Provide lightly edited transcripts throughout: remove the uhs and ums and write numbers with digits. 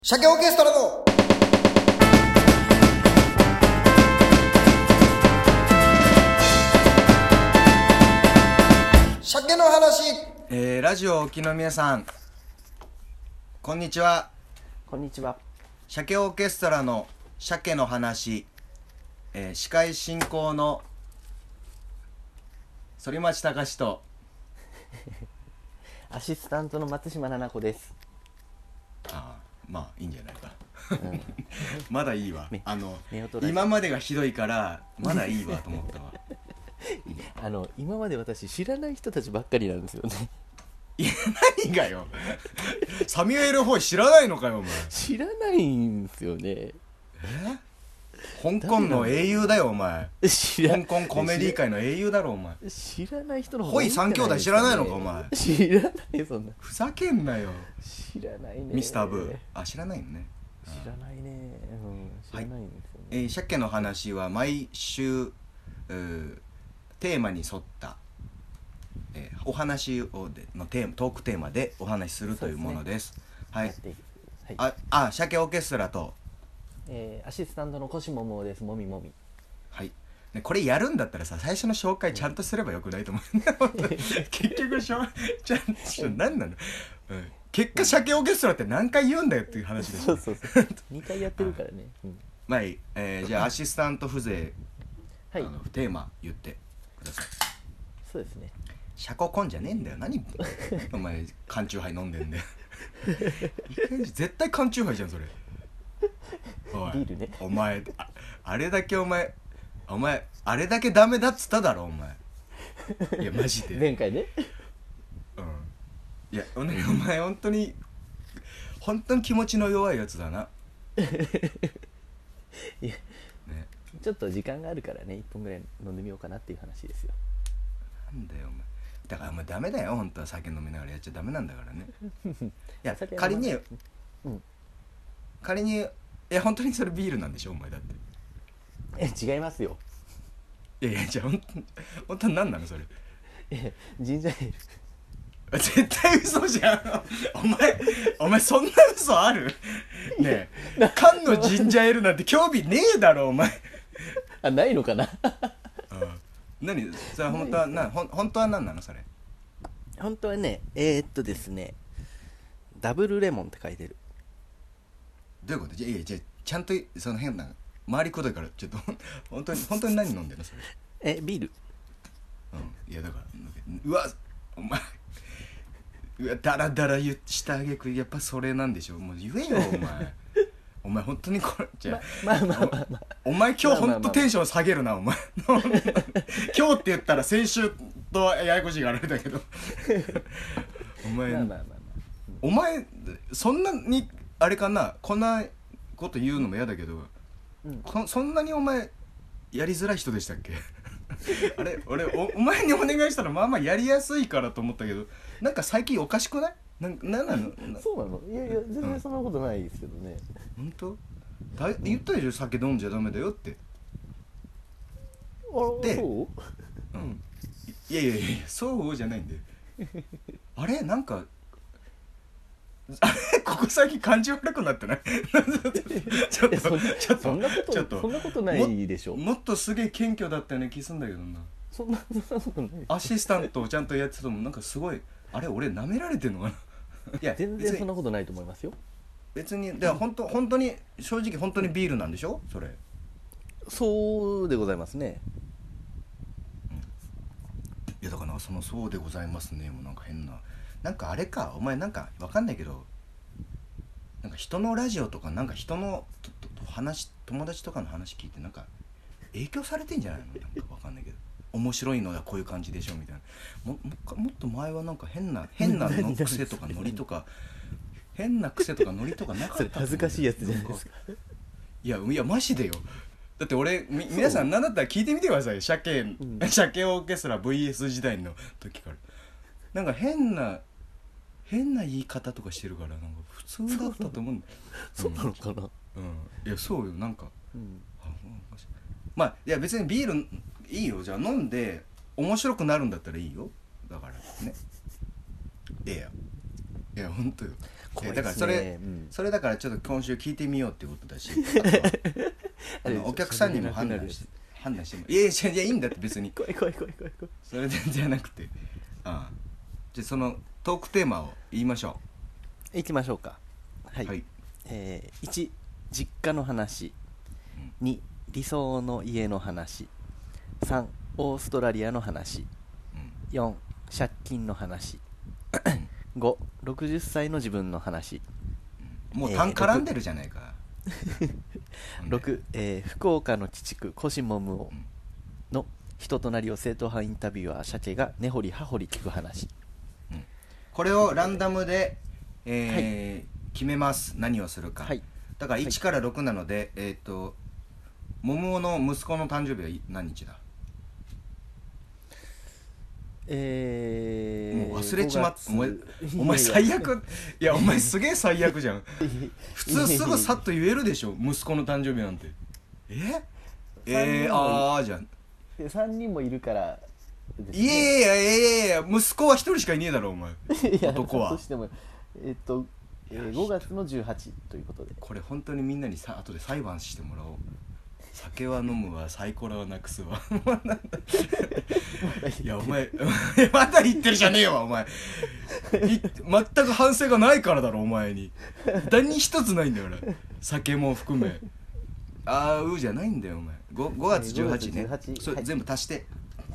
鮭オーケストラの鮭の話。 ラジオをお聞きの皆さん、こんにちは。 こんにちは。 鮭オーケストラの鮭の話、司会進行の反町隆史とアシスタントの松島菜々子です。 まあいいんじゃないか、まだいいわ。 夫今までがひどいからまだいいわと思ったわ。 今まで私知らない人たちばっかりなんですよね。 いや何がよ。サミュエル・ホイ知らないのかよお前。 知らないんですよね。 香港の英雄だよお前。香港コメディ界の英雄だろお前。 知らない人の方ホイ三兄弟知らないのかお前。 知らない。そんなふざけんなよ。 知らないね。 ミスターブー。知らないのね。 知らないね。知らないんですよね。 鮭の話は毎週テーマに沿った、お話をのトークテーマでお話しするというものです。はい。鮭オーケストラと、 アシスタントのコシモモです。もみもみ。 はい。ね、これやるんだったらさ、最初の紹介ちゃんとすればよくないと思う。結局ちゃんと何なの、結果鮭オーケストラって何回言うんだよっていう話です。 そう2回やってるからね。 まあいい。じゃあアシスタント風情、 はい。 テーマ言ってください。 そうですね。 シャココンじゃねえんだよ。何お前缶チューハイ飲んでんだよ。絶対缶チューハイじゃんそれ。おいビールね。 お前あれだけお前あれだけダメだっつっただろお前。いやマジで前回ね。 いやお前本当に気持ちの弱いやつだな。 いや、 ね、 ちょっと時間があるからね、1本ぐらい飲んでみようかなっていう話ですよ。 なんだよお前。だからお前ダメだよ本当は。酒飲みながらやっちゃダメなんだからね。いや仮に、いや本当にそれビールなんでしょお前だって。 違いますよ。 いやじゃあ本当に何なのそれ。 ジンジャーエール。 絶対嘘じゃん。お前そんな嘘ある？ねえ、缶のジンジャーエールなんて興味ねえだろお前。 ないのかな。 何それ本当は本当は何なのそれ。 本当はね、ですね、ダブルレモンって書いてる。 どういうこと？じゃあちゃんとその変な周りくどいからちょっと本当に何飲んでんのそれ。 ビール。 いやだからうわお前ダラダラしたあげくやっぱそれなんでしょ。もう言えよお前本当にこれじゃお前今日本当テンション下げるなお前。今日って言ったら先週とややこしいからあれだけどお前そんなにあれかな、こんなこと言うのも嫌だけど、そんなにお前やりづらい人でしたっけ？あれ俺お前にお願いしたらまあまあやりやすいからと思ったけど、なんか最近おかしくない？なんなの？ そうなの？いや全然そんなことないですけどね。 本当？言ったでしょ酒飲んじゃダメだよって。 で、そう？ いやそうじゃないんだよ。あれなんかここ最近感じ悪くなってない？ちょっとそんなことないでしょ。 もっとすげえ謙虚だったような気すんだけどな。 そんなことない。 アシスタントをちゃんとやってたのもなんかすごい、あれ俺舐められてんのかな。いや全然そんなことないと思いますよ。 別にでは本当に正直本当にビールなんでしょそれ。 そうでございますね。 いやだからそのそうでございますねもうなんか変な、なんかあれかお前なんかわかんないけど、なんか人のラジオとかなんか人の話友達とかの話聞いてなんか影響されてんじゃないの？なんかわかんないけど面白いのはこういう感じでしょみたいな。もっと前はなんか変なの癖とかノリとか変な癖とかノリとかなかった。 それ恥ずかしいやつじゃないですか。 いやマジでよ。だって俺皆さん何だったら聞いてみてください。鮭オーケストラ VS 時代の時からなんか変な言い方とかしてるからなんか普通だったと思うんだよ。 そうなのかな。 いやそうよなんか、まあいや別にビールいいよ。じゃあ飲んで面白くなるんだったらいいよ。だからね。いや本当よ。 怖いだからですね。 それだからちょっと今週聞いてみようってことだしあとはお客さんにも判断してもいやいいんだって別に怖い。 それじゃなくて、ああじゃあそのトークテーマを言いましょ行きましょうか。はい、 はい 1実家の話、2理想の家の話、3オーストラリアの話、4借金の話、5 60歳の自分の話、 もう単絡んでるじゃないか、 6、福岡の鬼畜コシモムオの人となりを正統派インタビュアー鮭が根掘り葉掘り聞く話。 これをランダムで、 はい決めます。何をするか、 はい、 だから1から6なので、桃の息子の誕生日は何日だ？もう忘れちまった。お前最悪。いやお前すげえ最悪じゃん普通すぐさっと言えるでしょ、息子の誕生日なんて。じゃん 3人もいるからですね。いや息子は1人しかいねえだろお前男は。 としても5月の18ということで、 これ本当にみんなに後で裁判してもらおう。酒は飲むわ、サイコロはなくすわいやお前まだ言ってるじゃねえわお前全く反省がないからだろお前に。何一つないんだよ俺、酒も含め。じゃないんだよお前。5月18ね、それ全部足して、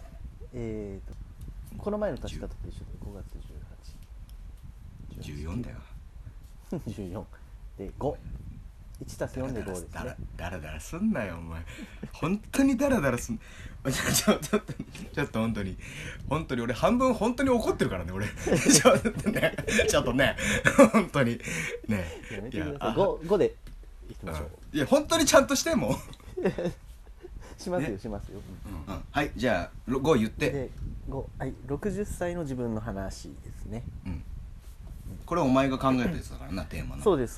この前の足し方と一緒で5月 14だよ 14で5 1たす4で5ですね。 ダラダラすんなよお前本当にダラダラすんちょっと本当に俺半分本当に怒ってるからね俺ちょっとね本当にね。 いや 5でいきましょう。 いや本当にちゃんとしてもしますよ、 ね、 しますよ、 はいじゃあ5言って。 で5、はい、60歳の自分の話ですね、 これお前が考えたやつだからなテーマの。 そうです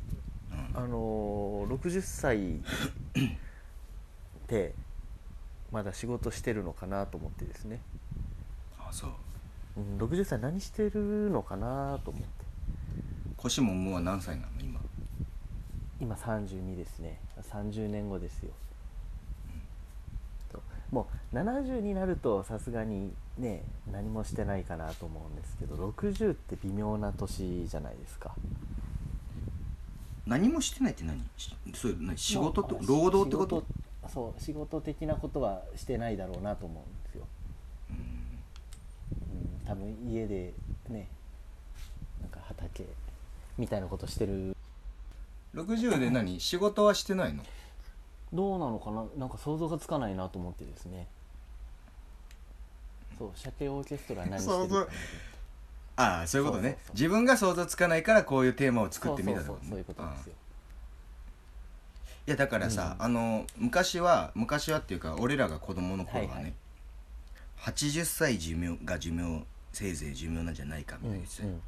、60歳ってまだ仕事してるのかなと思ってですね。 そう、 60歳何してるのかなと思って。 コシモムは何歳なの今32ですね。30年後ですよ、もう70になるとさすがにね何もしてないかなと思うんですけど、60って微妙な年じゃないですか。 何もしてないってそういう仕事と労働ってこと？ そう仕事的なことはしてないだろうなと思うんですよ。多分家でねなんか畑みたいなことしてる。 60で仕事はしてないの？ どうなのかな、なんか想像がつかないなと思ってですね。そう鮭オーケストラ何してるかそういうことね。自分が想像つかないからこういうテーマを作ってみたと。 そういうことですよ。 いやだからさ、昔はっていうか俺らが子供の頃はね、80歳せいぜい寿命なんじゃないかみたいな言ってたよ。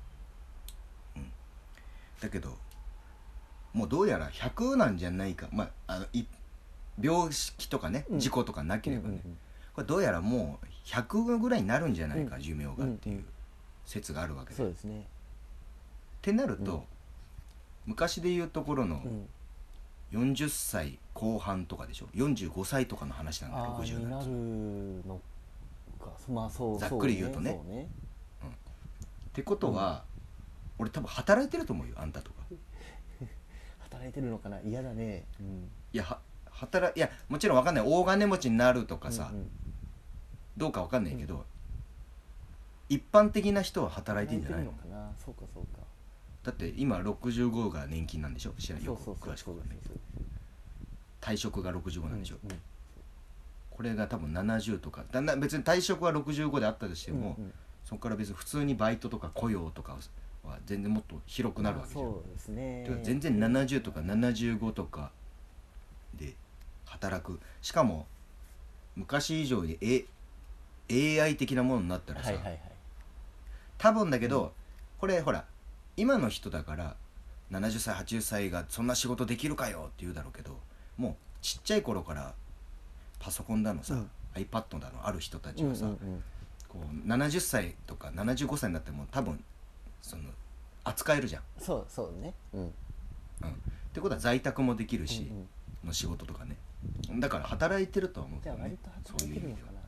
だけどもうどうやら100なんじゃないか、病気とかね、事故とかなければね、これどうやらもう100ぐらいになるんじゃないか、寿命がっていう説があるわけで。 そうですね。 ってなると、昔でいうところの40歳後半とかでしょ、45歳とかの話なんだ。60になるのか、そうざっくり言うとね。ってことは、俺多分働いてると思うよ、あんたとか。 働いてるのかな、嫌だね。 いやもちろん分かんない、大金持ちになるとかさ、どうか分かんないけど、一般的な人は働いてんじゃないのかな。 そうか。 だって今65が年金なんでしょ、知らないよ、詳しくはね。退職が65なんでしょ、これが多分70とか別に退職は65であったとしても、そこから別に普通にバイトとか雇用とかは全然もっと広くなるわけじゃん。 そうですね。 全然70とか75とかで働く、しかも昔以上にAI 的なものになったらさ、多分だけど、これほら今の人だから70歳80歳がそんな仕事できるかよって言うだろうけど、もうちっちゃい頃からパソコンだのさ、iPad だのある人たちはさ、こう70歳とか75歳になっても多分その扱えるじゃん、 そうね、うん、 うん、ってことは在宅もできるし、の仕事とかね、だから働いてるとは思うけどね。 じゃあ割と働いてるのかな。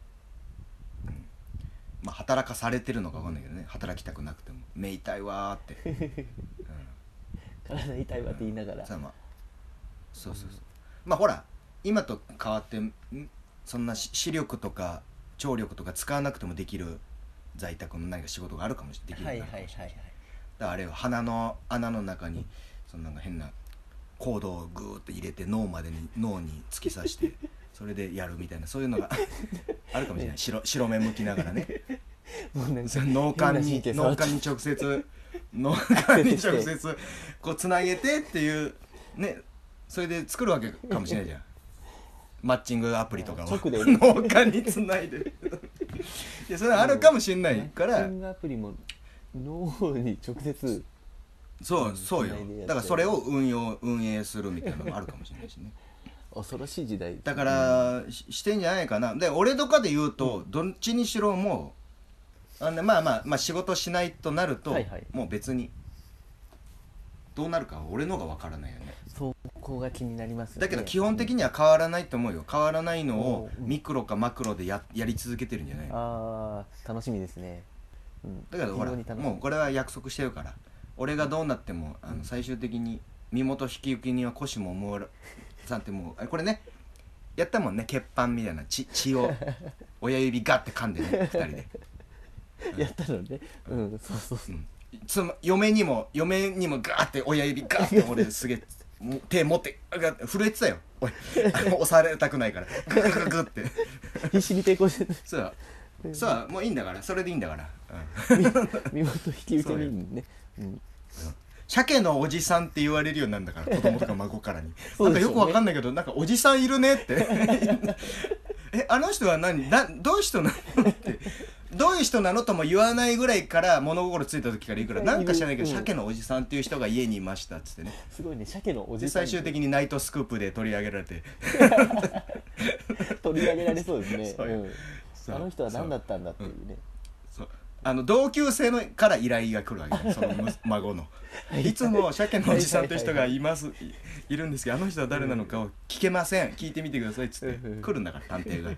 まあ働かされてるのか分かんないけどね、働きたくなくても目痛いわーって、 体痛いわって言いながら、 さあまあそう、まあほら今と変わってそんな視力とか聴力とか使わなくてもできる在宅の何か仕事があるかもしれない、できるようになるかもしれない、だからあれは鼻の穴の中にそのなんか変なコードをグーッと入れて脳に突き刺してそれでやるみたいな、そういうのがあるかもしれない。白目向きながらねもうなんか脳幹に直接こうつなげてっていうね、それで作るわけかもしれないじゃんマッチングアプリとかを直で脳幹につないでいやそれあるかもしれないからマッチングアプリも脳に直接、 そうよ。だからそれを運営するみたいなのもあるかもしれないしね恐ろしい時代だからしてんじゃないかな。で俺とかで言うと、どっちにしろもうまあ仕事しないとなると、もう別にどうなるか俺のが分からないよね。 そこが気になりますよね。 だけど基本的には変わらないと思うよ。変わらないのをミクロかマクロでやり続けてるんじゃないの。 ああ楽しみですね、 だけどほらもうこれは約束してるから、俺がどうなっても最終的に身元引受人は腰ももうさんってもうこれねやったもんね、血板みたいな血を親指ガッて噛んでね2人でやったのね、 嫁にもガーって親指ガーって俺すげえ手持って震えてたよおい押されたくないからグッグッって必死に抵抗してそうもういいんだから、それでいいんだから、 身元引き受け人ね、 鮭のおじさんって言われるようになるんだから子供とか孫からになんかよくわかんないけどなんかおじさんいるねってあの人はどういう人なのってどういう人なのとも言わないぐらいから物心ついた時から言うから、なんか知らないけど鮭のおじさんっていう人が家にいましたっつってね、 すごいね、鮭のおじでさん最終的にナイトスクープで取り上げられて取り上げられそうですねそうあの人は何だったんだっていうね、 そう同級生のから依頼が来るわけその孫のいつも鮭のおじさんという人がいるんですけど、あの人は誰なのかを聞けません、聞いてみてくださいっつって来るんだから探偵が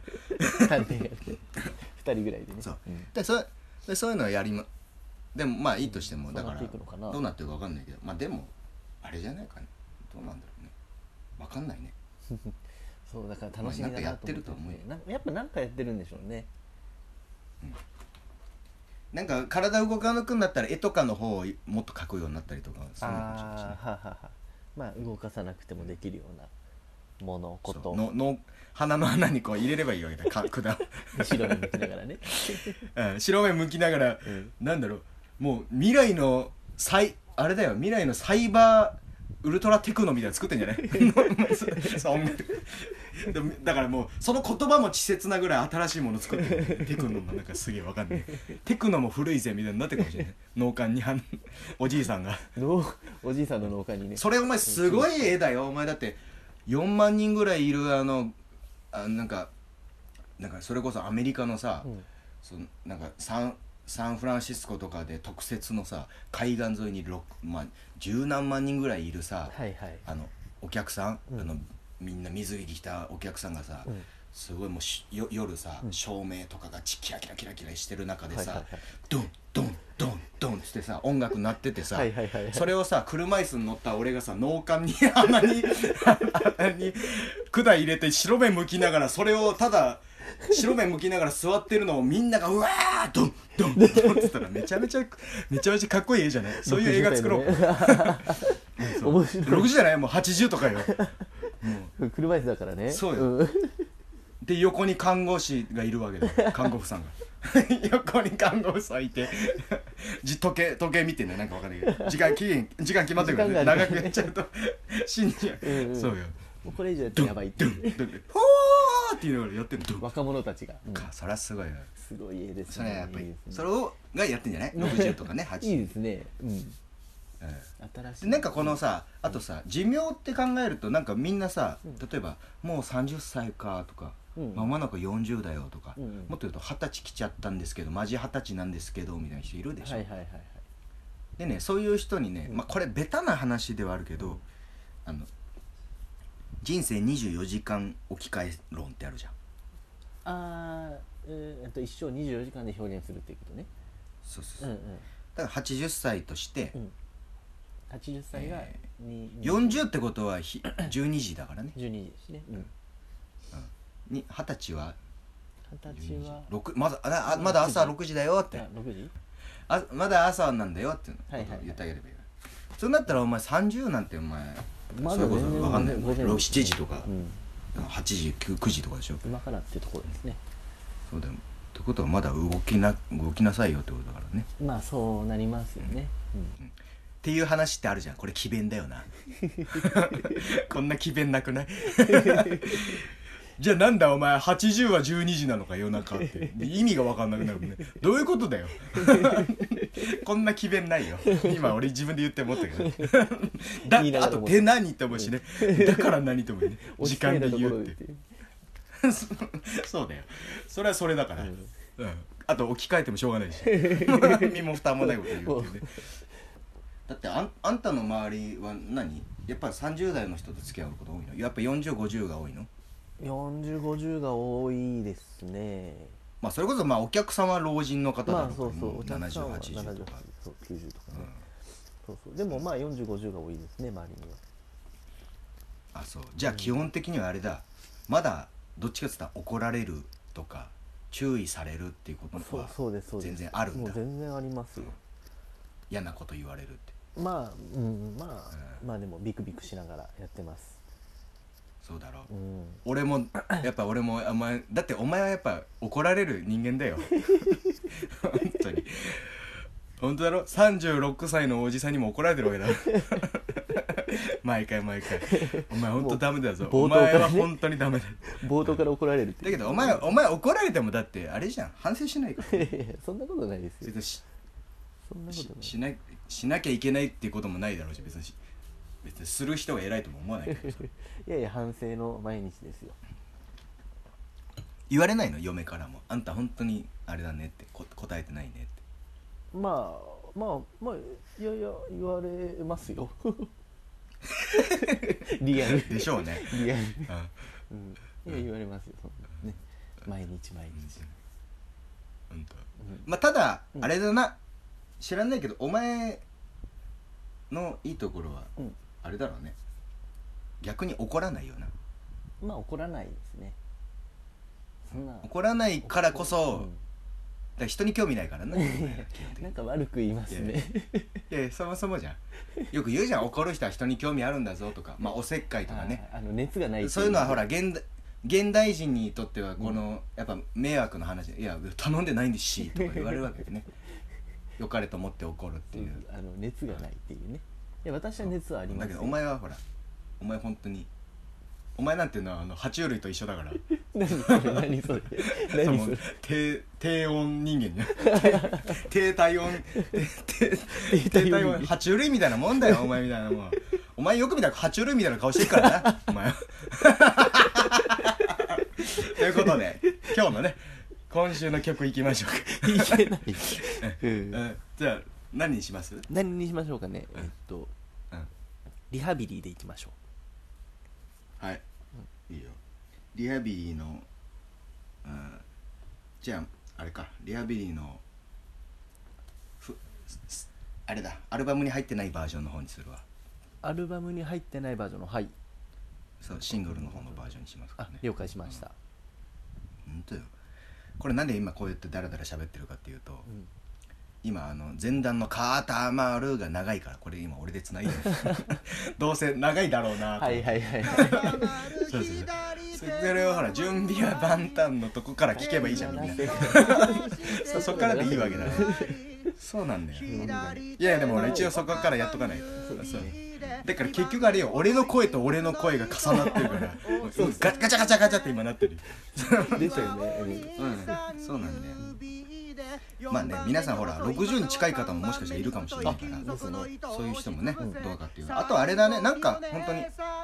2人ぐらいでね、 そうでそういうのをやりまでもまあいいとしても、だからどうなってるか分かんないけど、まあでもあれじゃないかね、どうなんだろうね、分かんないねそうだから楽しみだなと思って、 なんかやってると思うよ。 やっぱなんかやってるんでしょうね、 なんか体動かなくなったら絵とかの方をもっと描くようになったりとかそういうのかもしれないしね。 まあ動かさなくてもできるようなものことの鼻の穴にこう入れればいいわけだ管白目向きながらね白目向きながら、なんだろう、もう未来のあれだよ、未来のサイバーウルトラテクノみたいなの作ってんじゃないだからもうその言葉も稚拙なぐらい新しいもの作ってるテクノのなんかすげえわかんないテクノも古いぜみたいになってるかもしれない農家におじいさんがおじいさんの農家にね、 それお前すごい絵だよお前、だって4万人ぐらいいるなんかそれこそアメリカのさ、なんかサンフランシスコとかで特設のさ海岸沿いに十何万人ぐらいいるさ、お客さん、みんな水着着たお客さんがさ、すごいもう夜さ、照明とかがキラキラキラキラしてる中でさ、ドンドンドンドンってさ音楽鳴っててさ、それをさ車椅子に乗った俺がさ脳幹に鼻に管入れて白目向きながらそれをただ白目向きながら座ってるのをみんながうわードンドンドンって言ったらめちゃめちゃかっこいい絵じゃない？そういう映画作ろう。 面白い。 6じゃない？もう80とかよ。 車椅子だからね。 そうよ。で横に看護師がいるわけだよ、看護婦さんが横に看護婦さんいて時計見てね、なんかわかんないけど時間決まってくるね、長くやっちゃうと死んじゃう、そうよ、 もうこれ以上やってやばいってほーっていうのをやってる若者たちが、 そりゃすごいよ、 すごい絵ですね。 それやっぱりそれがやってんじゃない60とかね80 いいですね、新しいなんかこのさ、あとさ寿命って考えるとなんかみんなさ、例えばもう30歳かとか、間もなく40だよとか、もっと言うと20歳来ちゃったんですけどマジ20歳なんですけどみたいな人いるでしょ、 でね、そういう人にね、まあこれベタな話ではあるけど、人生24時間置き換え論ってあるじゃん。 一生24時間で表現するっていうことね。 そうそうそう、だから80歳として、 80歳が 40ってことは12時だからね。 12時ですね。 に20歳はまだ朝6時だよって。 6時まだ朝なんだよってことを言ってあげればいい。そうなったらお前30なんてお前それこそ分かんない。7時とか8時9時とかでしょ。 今からってところですね。 そうだよ。ってことはまだ動きなさいよってことだからね。 まあそうなりますよね。 っていう話ってあるじゃん。これ詭弁だよな。こんな詭弁なくない？じゃあなんだお前80は12時なのか夜中って意味が分かんなくなるもんね。どういうことだよ。こんな詭弁ないよ。今俺自分で言って思ったけどあとで何って思うしね。だから何と思うね。時間で言うってそうだよ。それはそれだから、あと置き換えてもしょうがないし身も蓋もないこと言うっていうね。だってあんたの周りは何？やっぱり30代の人と付き合うこと多いの？やっぱ40、50が多いの ？40、50が多いですね。 まあそれこそまあお客様は老人の方だとか、 そうそう、お客 70、 様は 80とか 90とかね、そうでもまあ40、50が多いですね、周りには。 あ、そう。じゃあ基本的にはあれだ、まだどっちかって言ったら怒られるとか注意されるっていうことは全然あるんだ。 もう全然ありますよ。 嫌なこと言われるって。 まあでもビクビクしながらやってます。 そうだろう、俺もお前だってお前はやっぱ怒られる人間だよ。本当に本当だろ。36歳のおじさんにも怒られてるわけだ。毎回お前本当ダメだぞ。お前は本当にダメだ。 冒頭から怒られるって。 だけどお前怒られてもだってあれじゃん、反省しないから。 そんなことないですよ。 そんなことないしなきゃいけないっていうこともないだろうし、別にする人が偉いとも思わないけど。 いやいや、反省の毎日ですよ。 言われないの？嫁からもあんた本当にあれだねって答えてないねって。 まあいや言われますよ。リアルでしょうね。 リアル、いや言われますよ、そんなね。毎日本当。 まあただあれだな、知らないけどお前のいいところはあれだろうね、逆に怒らないよな。 まあ怒らないですね。そんな怒らないからこそ、だから人に興味ないからね。 なんか悪く言いますね。 いやそもそもじゃん、よく言うじゃん、怒る人は人に興味あるんだぞとか、まあおせっかいとかね、 熱がないそういうのはほら現代人にとってはこの、やっぱ迷惑の話、いや頼んでないんですしとか言われるわけでね。良かれと思って怒るっていう、 熱がないっていうね。いや私は熱はありますよ。 だけどお前はほら、お前本当にお前なんていうのは爬虫類と一緒だから。 何それ低温人間じゃん。低体温爬虫類みたいなもんだよお前みたいなもん。お前よく見たら爬虫類みたいな顔してるからなお前は。ということで今日のね、今週の曲いきましょうか。 いけない。 じゃあ何にします？ 何にしましょうかね。リハビリでいきましょう。はい、いいよ。リハビリの、じゃああれか、リハビリのあれだ、アルバムに入ってないバージョンの方にするわ。 アルバムに入ってないバージョンの、はい、 そう、シングルの方のバージョンにしますからね。 了解しました。 本当よ。これなんで今こうやってダラダラ喋ってるかっていうと、今前段のカーターマールが長いから、これ今俺で繋いでる。どうせ長いだろうなと。はいそうそれをほら準備は万端のとこから聞けばいいじゃんみんな。そっからでいいわけだね。そうなんだよ。いやでも俺一応そこからやっとかないと。そうだから結局あれよ、俺の声と俺の声が重なってるからガチャガチャガチャって今なってる。 でしたよね。 そうなんだよ。まあね、皆さんほら60に近い方ももしかしたらいるかもしれないから、そういう人もね、どうかっていう。あとあれだね、なんか本当に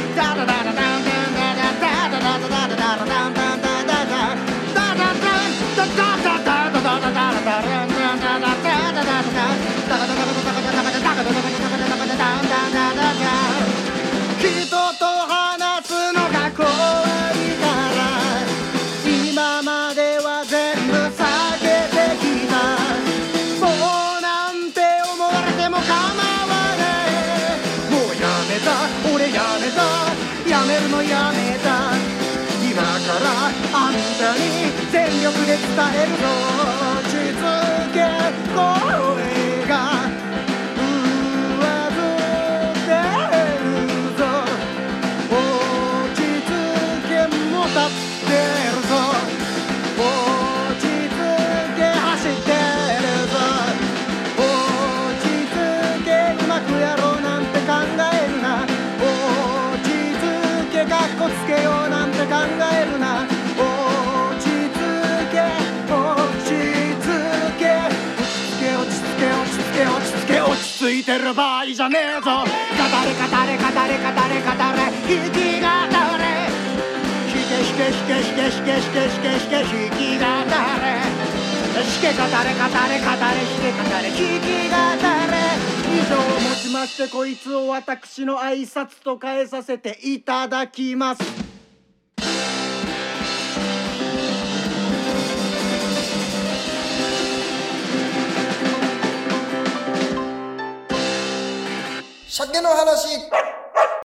人と話すのが怖いから今までは全部避けてきた。もうなんて思われても構わない。もうやめた、俺やめた、やめるのやめた。今からあんたに全力で伝えるぞ。落ち着け声が上ずってるぞ。落ち着けも立ってるぞ。落ち着け走ってるぞ。落ち着けうまくやろうなんて考えるな。落ち着けかっこつけようなんて考えるな。落ち着け落ち着け落ち着け落ち着け落ち着け落ち着いてる場合じゃねえぞ。語れ語れ語れ語れ語れ弾き語れ弾け弾け弾け弾け弾け弾け弾け弾き語れ弾け語れ語れ語れ弾け語れ弾き語れ。以上をもちましてこいつを私の挨拶と変えさせていただきます。 鮭の話。